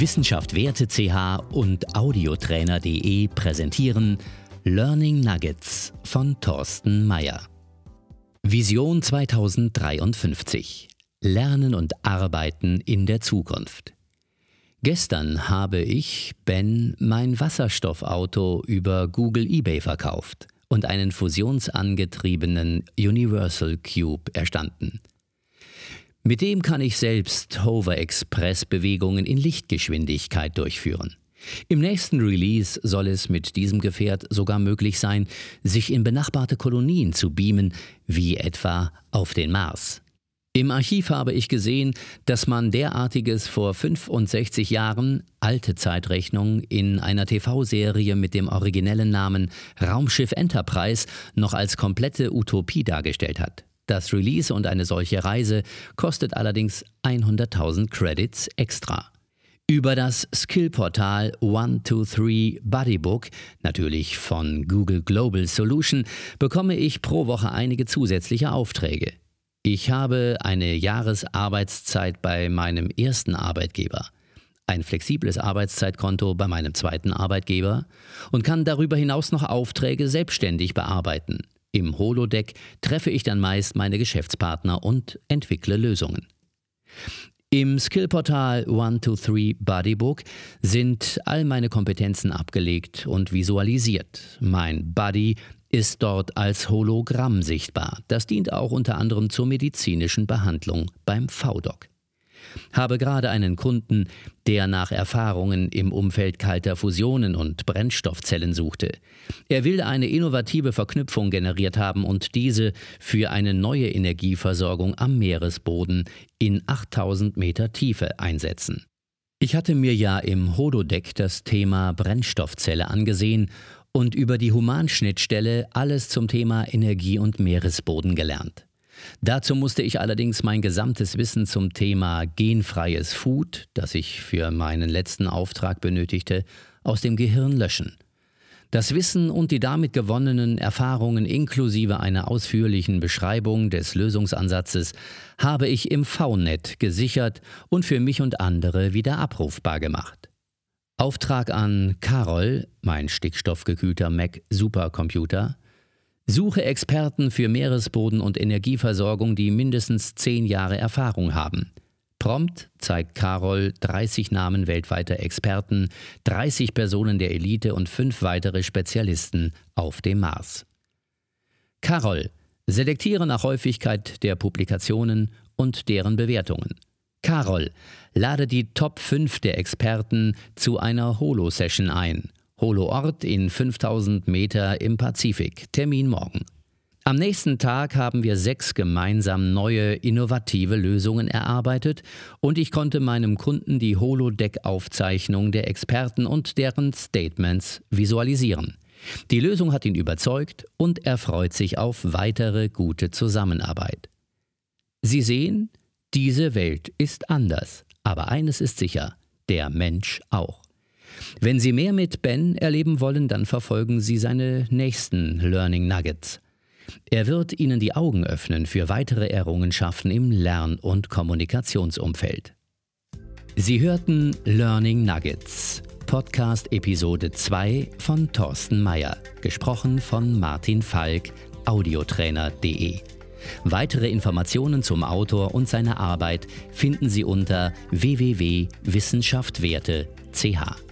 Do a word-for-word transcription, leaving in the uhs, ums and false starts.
Wissenschaft Werte punkt c h und Audiotrainer punkt de präsentieren Learning Nuggets von Thorsten Mayr. Vision zweitausenddreiundfünfzig. Lernen und Arbeiten in der Zukunft. Gestern habe ich, Ben, mein Wasserstoffauto über Google eBay verkauft und einen fusionsangetriebenen Universal Cube erstanden. Mit dem kann ich selbst Hover-Express-Bewegungen in Lichtgeschwindigkeit durchführen. Im nächsten Release soll es mit diesem Gefährt sogar möglich sein, sich in benachbarte Kolonien zu beamen, wie etwa auf den Mars. Im Archiv habe ich gesehen, dass man derartiges vor fünfundsechzig Jahren, alte Zeitrechnung, in einer T V-Serie mit dem originellen Namen Raumschiff Enterprise noch als komplette Utopie dargestellt hat. Das Release und eine solche Reise kostet allerdings hunderttausend Credits extra. Über das Skillportal one two three Buddybook, natürlich von Google Global Solution, bekomme ich pro Woche einige zusätzliche Aufträge. Ich habe eine Jahresarbeitszeit bei meinem ersten Arbeitgeber, ein flexibles Arbeitszeitkonto bei meinem zweiten Arbeitgeber und kann darüber hinaus noch Aufträge selbstständig bearbeiten. Im Holodeck treffe ich dann meist meine Geschäftspartner und entwickle Lösungen. Im Skillportal one two three Buddybook sind all meine Kompetenzen abgelegt und visualisiert. Mein Buddy ist dort als Hologramm sichtbar. Das dient auch unter anderem zur medizinischen Behandlung beim V-Doc. Habe gerade einen Kunden, der nach Erfahrungen im Umfeld kalter Fusionen und Brennstoffzellen suchte. Er will eine innovative Verknüpfung generiert haben und diese für eine neue Energieversorgung am Meeresboden in achttausend Meter Tiefe einsetzen. Ich hatte mir ja im Holodeck das Thema Brennstoffzelle angesehen und über die Humanschnittstelle alles zum Thema Energie und Meeresboden gelernt. Dazu musste ich allerdings mein gesamtes Wissen zum Thema genfreies Food, das ich für meinen letzten Auftrag benötigte, aus dem Gehirn löschen. Das Wissen und die damit gewonnenen Erfahrungen inklusive einer ausführlichen Beschreibung des Lösungsansatzes habe ich im V-Net gesichert und für mich und andere wieder abrufbar gemacht. Auftrag an Carol, mein stickstoffgekühlter Mac Supercomputer: Suche Experten für Meeresboden- und Energieversorgung, die mindestens zehn Jahre Erfahrung haben. Prompt zeigt Carol dreißig Namen weltweiter Experten, dreißig Personen der Elite und fünf weitere Spezialisten auf dem Mars. Carol, selektiere nach Häufigkeit der Publikationen und deren Bewertungen. Carol, lade die Top fünf der Experten zu einer Holo-Session ein. Holo-Ort in fünftausend Meter im Pazifik. Termin morgen. Am nächsten Tag haben wir sechs gemeinsam neue, innovative Lösungen erarbeitet und ich konnte meinem Kunden die Holodeck-Aufzeichnung der Experten und deren Statements visualisieren. Die Lösung hat ihn überzeugt und er freut sich auf weitere gute Zusammenarbeit. Sie sehen, diese Welt ist anders, aber eines ist sicher: der Mensch auch. Wenn Sie mehr mit Ben erleben wollen, dann verfolgen Sie seine nächsten Learning Nuggets. Er wird Ihnen die Augen öffnen für weitere Errungenschaften im Lern- und Kommunikationsumfeld. Sie hörten Learning Nuggets, Podcast Episode zwei von Thorsten Mayr, gesprochen von Martin Falk, Audiotrainer punkt de. Weitere Informationen zum Autor und seiner Arbeit finden Sie unter w w w punkt wissenschaft werte punkt c h.